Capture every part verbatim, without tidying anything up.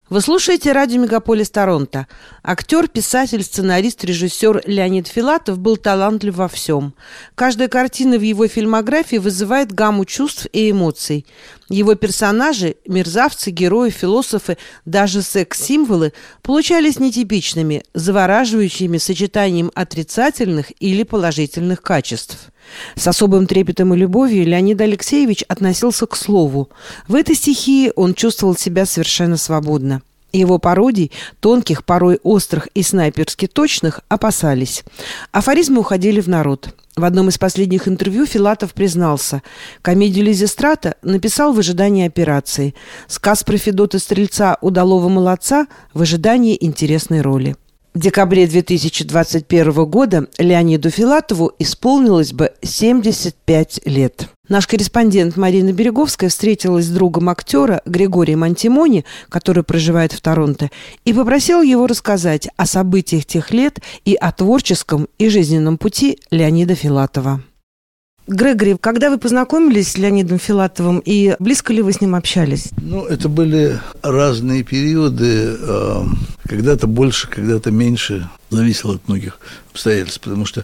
Вы слушаете радио «Мегаполис Торонто». Актер, писатель, сценарист, режиссер Леонид Филатов был талантлив во всем. Каждая картина в его фильмографии вызывает гамму чувств и эмоций. Его персонажи, мерзавцы, герои, философы, даже секс-символы получались нетипичными, завораживающими сочетанием отрицательных или положительных качеств. С особым трепетом и любовью Леонид Алексеевич относился к слову. В этой стихии он чувствовал себя совершенно свободно. Его пародий, тонких, порой острых и снайперски точных, опасались. Афоризмы уходили в народ. В одном из последних интервью Филатов признался: комедию Лизистрата написал в ожидании операции, сказ про Федота Стрельца «Удалого молодца» в ожидании интересной роли. В декабре две тысячи двадцать первого года Леониду Филатову исполнилось бы семьдесят пять лет. Наш корреспондент Марина Береговская встретилась с другом актера Григорием Антимони, который проживает в Торонто, и попросила его рассказать о событиях тех лет и о творческом и жизненном пути Леонида Филатова. Грегори, когда вы познакомились с Леонидом Филатовым и близко ли вы с ним общались? Ну, это были разные периоды. Когда-то больше, когда-то меньше. Зависело от многих обстоятельств. Потому что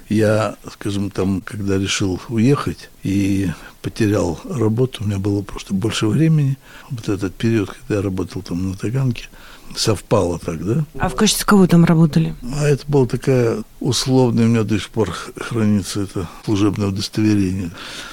я, скажем, там, когда решил уехать и потерял работу, у меня было просто больше времени. Вот этот период, когда я работал там на Таганке, совпало так, да? А в качестве кого там работали? А это была такая условная, у меня до сих пор хранится это служебное удостоверение.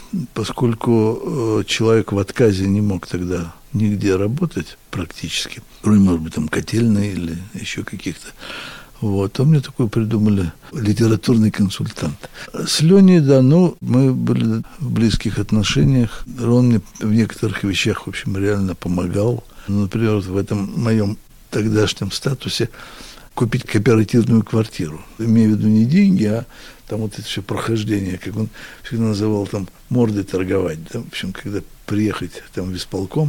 Поскольку э, человек в отказе не мог тогда нигде работать практически, кроме, может быть, там котельной или еще каких-то. Вот, то мне такой придумали литературный консультант. С Леней, да, ну, мы были в близких отношениях. Он мне в некоторых вещах, в общем, реально помогал. Например, вот в этом моем тогдашнем статусе купить кооперативную квартиру. Имею в виду не деньги, а там вот это все прохождение, как он всегда называл, там, мордой торговать, да, в общем, когда приехать там в исполком,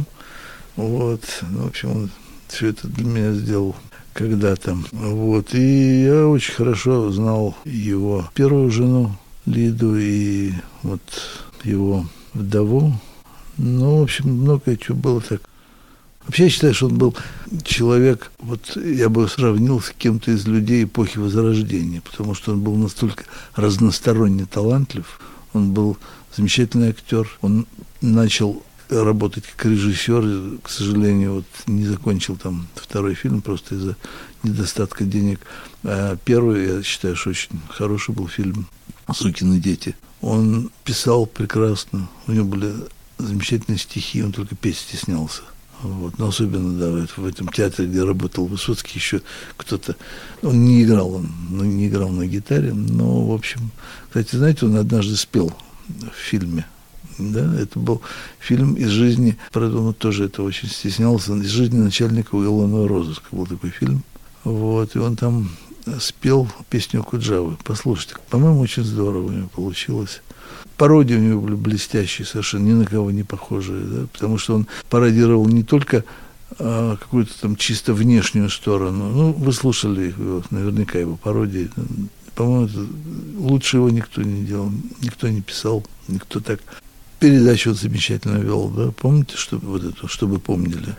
вот, ну, в общем, он все это для меня сделал когда-то, вот, и я очень хорошо знал его первую жену Лиду и вот его вдову, ну, в общем, многое чего было так. Вообще, я считаю, что он был человек, вот я бы сравнил с кем-то из людей эпохи Возрождения, потому что он был настолько разносторонне талантлив, он был замечательный актер, он начал работать как режиссер, к сожалению, вот не закончил там второй фильм просто из-за недостатка денег. А первый, я считаю, что очень хороший был фильм «Сукины дети». Он писал прекрасно, у него были замечательные стихи, он только петь стеснялся. Вот. Но особенно, да, в этом театре, где работал Высоцкий, еще кто-то, он не играл, он ну, не играл на гитаре, но, в общем, кстати, знаете, он однажды спел в фильме, да, это был фильм из жизни, правда, он тоже это очень стеснялся, из жизни начальника уголовного розыска был такой фильм, вот, и он там спел песню Куджавы, послушайте, по-моему, очень здорово у него получилось. Пародии у него были блестящие, совершенно ни на кого не похожие, да, потому что он пародировал не только а, какую-то там чисто внешнюю сторону. Ну, вы слушали его, наверняка его пародии. По-моему, это, лучше его никто не делал, никто не писал, никто так. Передачу он замечательно вел, да, помните, что, вот эту, чтобы помнили?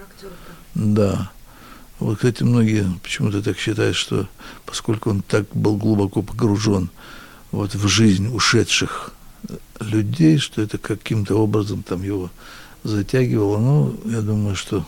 Да. Вот, кстати, многие почему-то так считают, что поскольку он так был глубоко погружен вот, в жизнь ушедших людей, что это каким-то образом там его затягивало. Но я думаю, что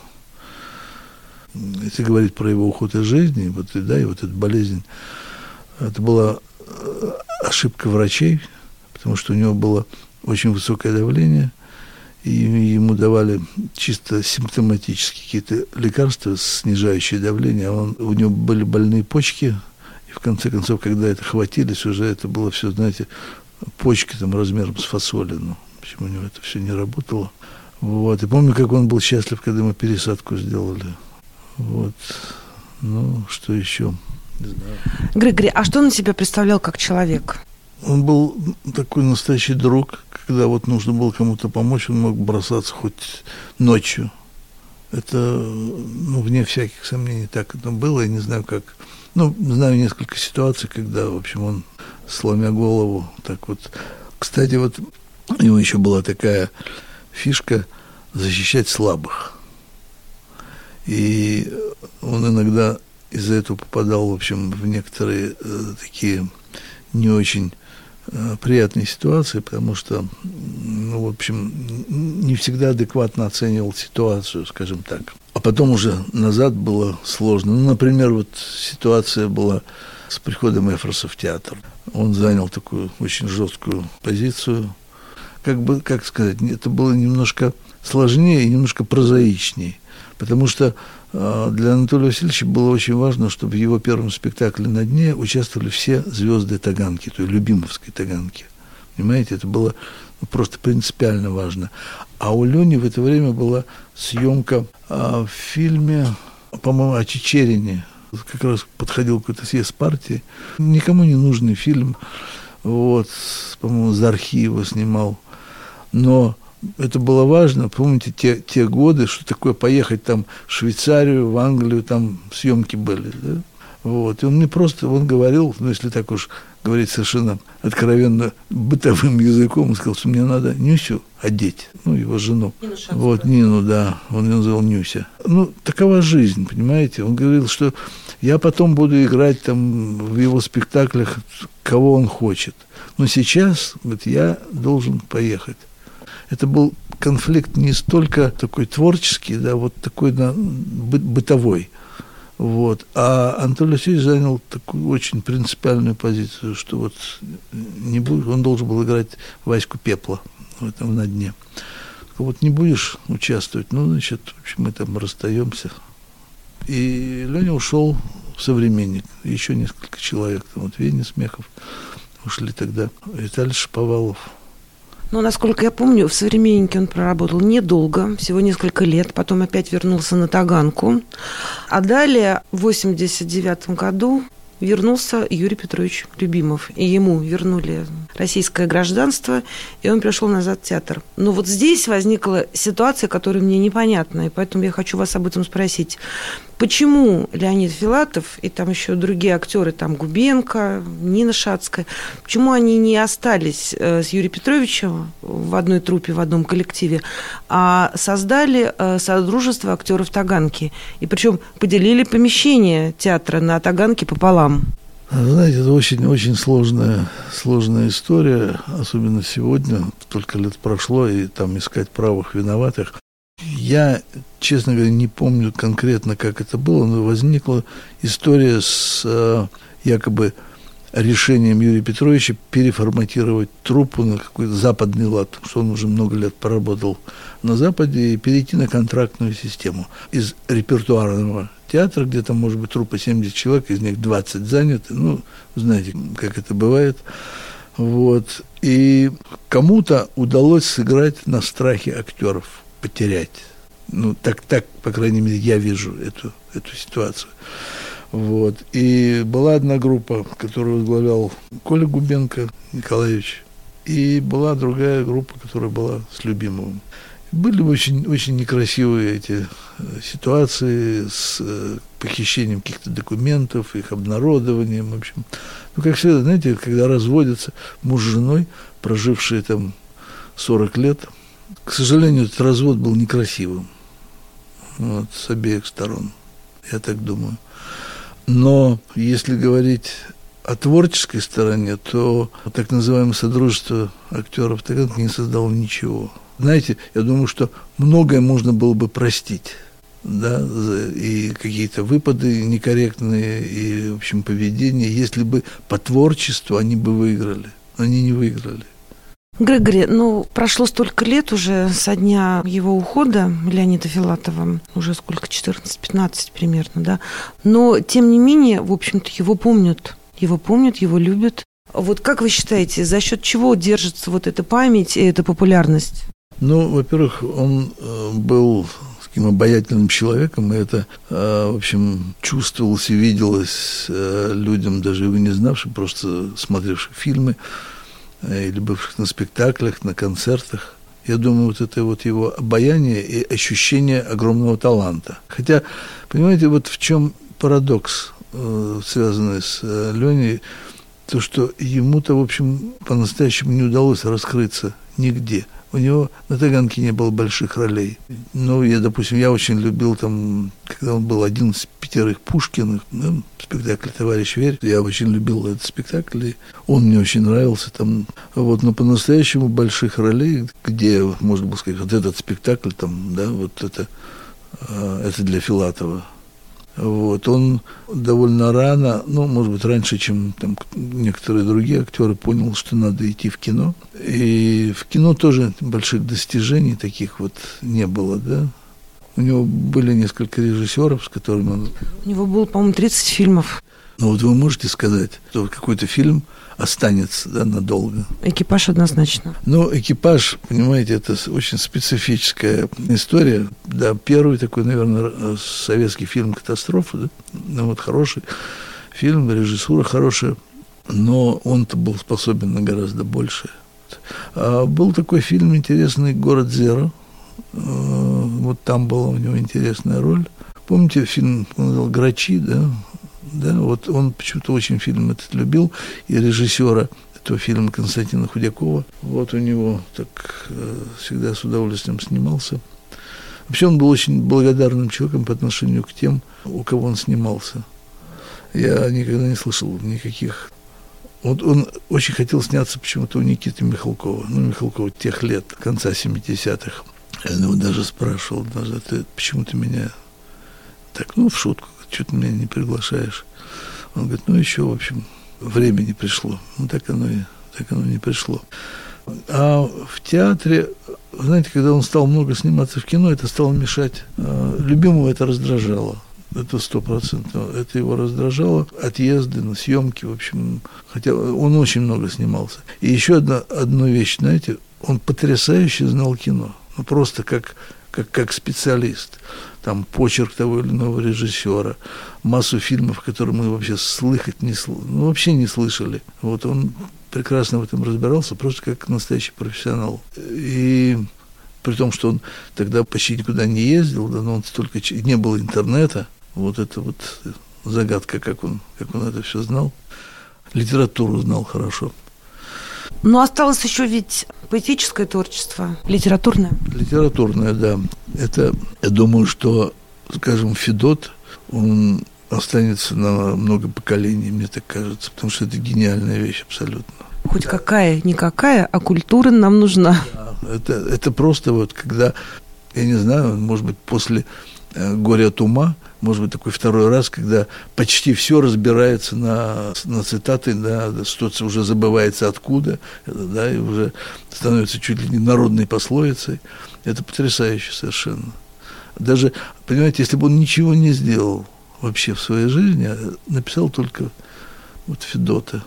если говорить про его уход из жизни, вот, и, да, и вот эта болезнь, это была ошибка врачей, потому что у него было очень высокое давление, и ему давали чисто симптоматические какие-то лекарства, снижающие давление, а он, у него были больные почки, и в конце концов, когда это хватились, уже это было все, знаете, почки там размером с фасоли, ну, почему у него это все не работало. Вот, и помню, как он был счастлив, когда мы пересадку сделали. Вот, ну, что еще, не знаю. Григорий, а что он из себя представлял как человек? Он был такой настоящий друг, когда вот нужно было кому-то помочь, он мог бросаться хоть ночью. Это, ну, вне всяких сомнений так это было, я не знаю, как. Ну, знаю несколько ситуаций, когда, в общем, он, сломя голову, так вот. Кстати, вот у него еще была такая фишка защищать слабых. И он иногда из-за этого попадал, в общем, в некоторые э, такие не очень э, приятные ситуации, потому что, ну, в общем, не всегда адекватно оценивал ситуацию, скажем так. А потом уже назад было сложно. Ну, например, вот ситуация была с приходом Эфроса в театр. Он занял такую очень жесткую позицию. Как бы, как сказать, это было немножко сложнее и немножко прозаичнее. Потому что э, для Анатолия Васильевича было очень важно, чтобы в его первом спектакле «На дне» участвовали все звезды Таганки, той любимовской Таганки. Понимаете, это было ну, просто принципиально важно. А у Лени в это время была съемка э, в фильме, по-моему, о Чичерине. Как раз подходил какой-то съезд партии. Никому не нужный фильм. Вот, по-моему, Зархи его снимал. Но это было важно. Помните те, те годы, что такое поехать там в Швейцарию, в Англию, там съемки были, да? Вот. И он мне просто, он говорил, ну, если так уж говорить совершенно откровенно бытовым языком, он сказал, что мне надо Нюсю одеть, ну, его жену. Вот, Нину, да, он ее называл Нюся. Ну, такова жизнь, понимаете? Он говорил, что я потом буду играть там в его спектаклях, кого он хочет. Но сейчас, вот, я должен поехать. Это был конфликт не столько такой творческий, да, вот такой да, бы, бытовой. Вот. А Анатолий Васильевич занял такую очень принципиальную позицию, что вот не будет, он должен был играть Ваську Пепла в этом «На дне». Вот не будешь участвовать, ну, значит, в общем, мы там расстаемся. И Леня ушел в «Современник». Еще несколько человек, там вот Веня Смехов ушли тогда, Виталий Шаповалов. Ну, насколько я помню, в «Современнике» он проработал недолго, всего несколько лет, потом опять вернулся на Таганку. А далее, в восемьдесят девятом году, вернулся Юрий Петрович Любимов. И ему вернули российское гражданство, и он пришел назад в театр. Но вот здесь возникла ситуация, которая мне непонятна, и поэтому я хочу вас об этом спросить. Почему Леонид Филатов и там еще другие актеры, там Губенко, Нина Шацкая, почему они не остались с Юрием Петровичем в одной труппе, в одном коллективе, а создали содружество актеров Таганки? И причем поделили помещение театра на Таганке пополам. Знаете, это очень, очень сложная, сложная история, особенно сегодня, столько лет прошло, и там искать правых виноватых. Я, честно говоря, не помню конкретно, как это было, но возникла история с э, якобы решением Юрия Петровича переформатировать труппу на какой-то западный лад, потому что он уже много лет поработал на Западе, и перейти на контрактную систему. Из репертуарного театра, где там, может быть, труппа семьдесят человек, из них двадцать заняты, ну, знаете, как это бывает. Вот. И кому-то удалось сыграть на страхе актеров, потерять. Ну, так, так, по крайней мере, я вижу эту, эту ситуацию. Вот. И была одна группа, которую возглавлял Коля Губенко Николаевич, и была другая группа, которая была с Любимовым. Были очень, очень некрасивые эти ситуации с похищением каких-то документов, их обнародованием, в общем. Ну, как всегда, знаете, когда разводятся муж с женой, прожившие там сорок лет, к сожалению, этот развод был некрасивым, вот, с обеих сторон, я так думаю. Но если говорить о творческой стороне, то так называемое содружество актеров Таганки не создало ничего. Знаете, я думаю, что многое можно было бы простить, да, и какие-то выпады некорректные, и, в общем, поведение, если бы по творчеству они бы выиграли. Но они не выиграли. Григорий, ну, прошло столько лет уже со дня его ухода, Леонида Филатова, уже сколько, четырнадцать-пятнадцать примерно, да, но, тем не менее, в общем-то, его помнят, его помнят, его любят. Вот как вы считаете, за счет чего держится вот эта память и эта популярность? Ну, во-первых, он э, был таким обаятельным человеком, и это, э, в общем, чувствовалось и виделось э, людям, даже его не знавшим, просто смотревших фильмы, или бывших на спектаклях, на концертах. Я думаю, вот это вот его обаяние и ощущение огромного таланта. Хотя, понимаете, вот в чем парадокс, э, связанный с э, Леней, то, что ему-то, в общем, по-настоящему не удалось раскрыться нигде. У него на Таганке не было больших ролей. Ну, я, допустим, я очень любил там, когда он был один из пятерых Пушкиных, да, спектакль «Товарищ Верь». Я очень любил этот спектакль, и он мне очень нравился там. Вот, но по-настоящему больших ролей, где, можно было сказать, вот этот спектакль там, да, вот это, это для Филатова. Вот, он довольно рано, ну, может быть, раньше, чем там некоторые другие актеры, понял, что надо идти в кино. И в кино тоже больших достижений таких вот не было, да. У него были несколько режиссеров, с которыми он... У него было, по-моему, тридцать фильмов. Ну, вот вы можете сказать, что какой-то фильм останется, да, надолго? «Экипаж» однозначно. Ну, «Экипаж», понимаете, это очень специфическая история. Да, первый такой, наверное, советский фильм «Катастрофа», да? Ну, вот хороший фильм, режиссура хорошая, но он-то был способен на гораздо большее. А был такой фильм интересный «Город Зеро». Вот там была у него интересная роль. Помните фильм, он называл «Грачи», да? Да, вот он почему-то очень фильм этот любил, и режиссера этого фильма Константина Худякова, вот у него так э, всегда с удовольствием снимался. Вообще он был очень благодарным человеком по отношению к тем, у кого он снимался. Я никогда не слышал никаких... Вот он очень хотел сняться почему-то у Никиты Михалкова, ну, Михалкова тех лет, конца семидесятых. Я его даже спрашивал, даже, ты, почему ты меня так, ну, в шутку, что ты меня не приглашаешь? Он говорит, ну, еще, в общем, время не пришло. Ну, так оно и, так оно не пришло. А в театре, знаете, когда он стал много сниматься в кино, это стало мешать. Любимого это раздражало. Это сто процентов. Это его раздражало. Отъезды на съемки, в общем. Хотя он очень много снимался. И еще одна, одну вещь, знаете, он потрясающе знал кино. Ну, просто как... Как, как специалист, там почерк того или иного режиссера, массу фильмов, которые мы вообще слыхать не слышали, ну, вообще не слышали. Вот он прекрасно в этом разбирался, просто как настоящий профессионал. И при том, что он тогда почти никуда не ездил, да, но он столько не было интернета, вот это вот загадка, как он, как он это все знал. Литературу знал хорошо. Но осталось еще ведь поэтическое творчество, литературное. Литературное, да. Это, я думаю, что, скажем, Федот, он останется на много поколений, мне так кажется, потому что это гениальная вещь абсолютно. Хоть какая-никакая, а культура нам нужна. Да, это, это просто вот, когда, я не знаю, может быть, после «Горя от ума», может быть, такой второй раз, когда почти все разбирается на, на цитаты, да, что-то уже забывается откуда, да, и уже становится чуть ли не народной пословицей. Это потрясающе совершенно. Даже, понимаете, если бы он ничего не сделал вообще в своей жизни, а написал только вот Федота.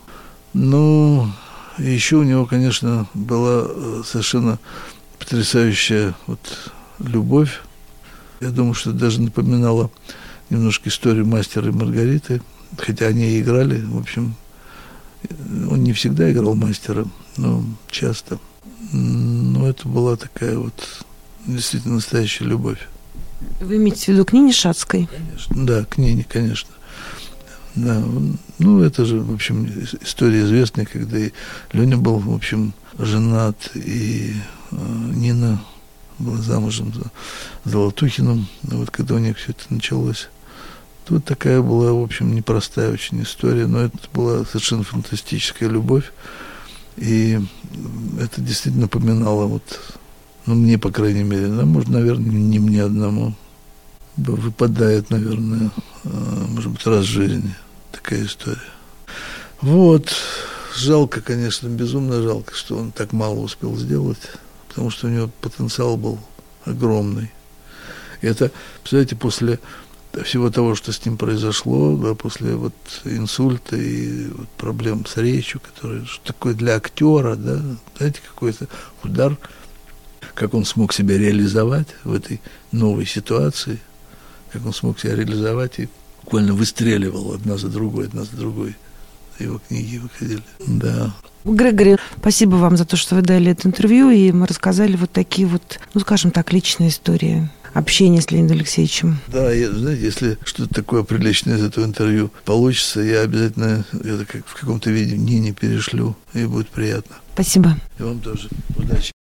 Ну, еще у него, конечно, была совершенно потрясающая вот любовь. Я думаю, что это даже напоминало немножко историю «Мастера и Маргариты», хотя они и играли, в общем, он не всегда играл мастера, но часто. Но это была такая вот действительно настоящая любовь. Вы имеете в виду к Нине Шацкой? Конечно, да, к Нине, конечно. Да, ну, это же, в общем, история известная, когда и Леня был, в общем, женат, и э, Нина была замужем за Золотухиным, вот когда у них все это началось. Вот такая была, в общем, непростая очень история, но это была совершенно фантастическая любовь, и это действительно напоминало вот, ну, мне, по крайней мере, да, может, наверное, не мне одному, выпадает, наверное, может быть, раз в жизни такая история. Вот, жалко, конечно, безумно жалко, что он так мало успел сделать, потому что у него потенциал был огромный. И это, представляете, после всего того, что с ним произошло, да, после вот инсульта и вот проблем с речью, которые, что такое для актера, да, знаете, какой-то удар, как он смог себя реализовать в этой новой ситуации, как он смог себя реализовать и буквально выстреливал одна за другой, одна за другой. Его книги выходили. Да. Грегори, спасибо вам за то, что вы дали это интервью, и мы рассказали вот такие вот, ну, скажем так, личные истории общения с Леонидом Алексеевичем. Да, я, знаете, если что-то такое приличное из этого интервью получится, я обязательно это как в каком-то виде Нине перешлю, и будет приятно. Спасибо. И вам тоже. Удачи.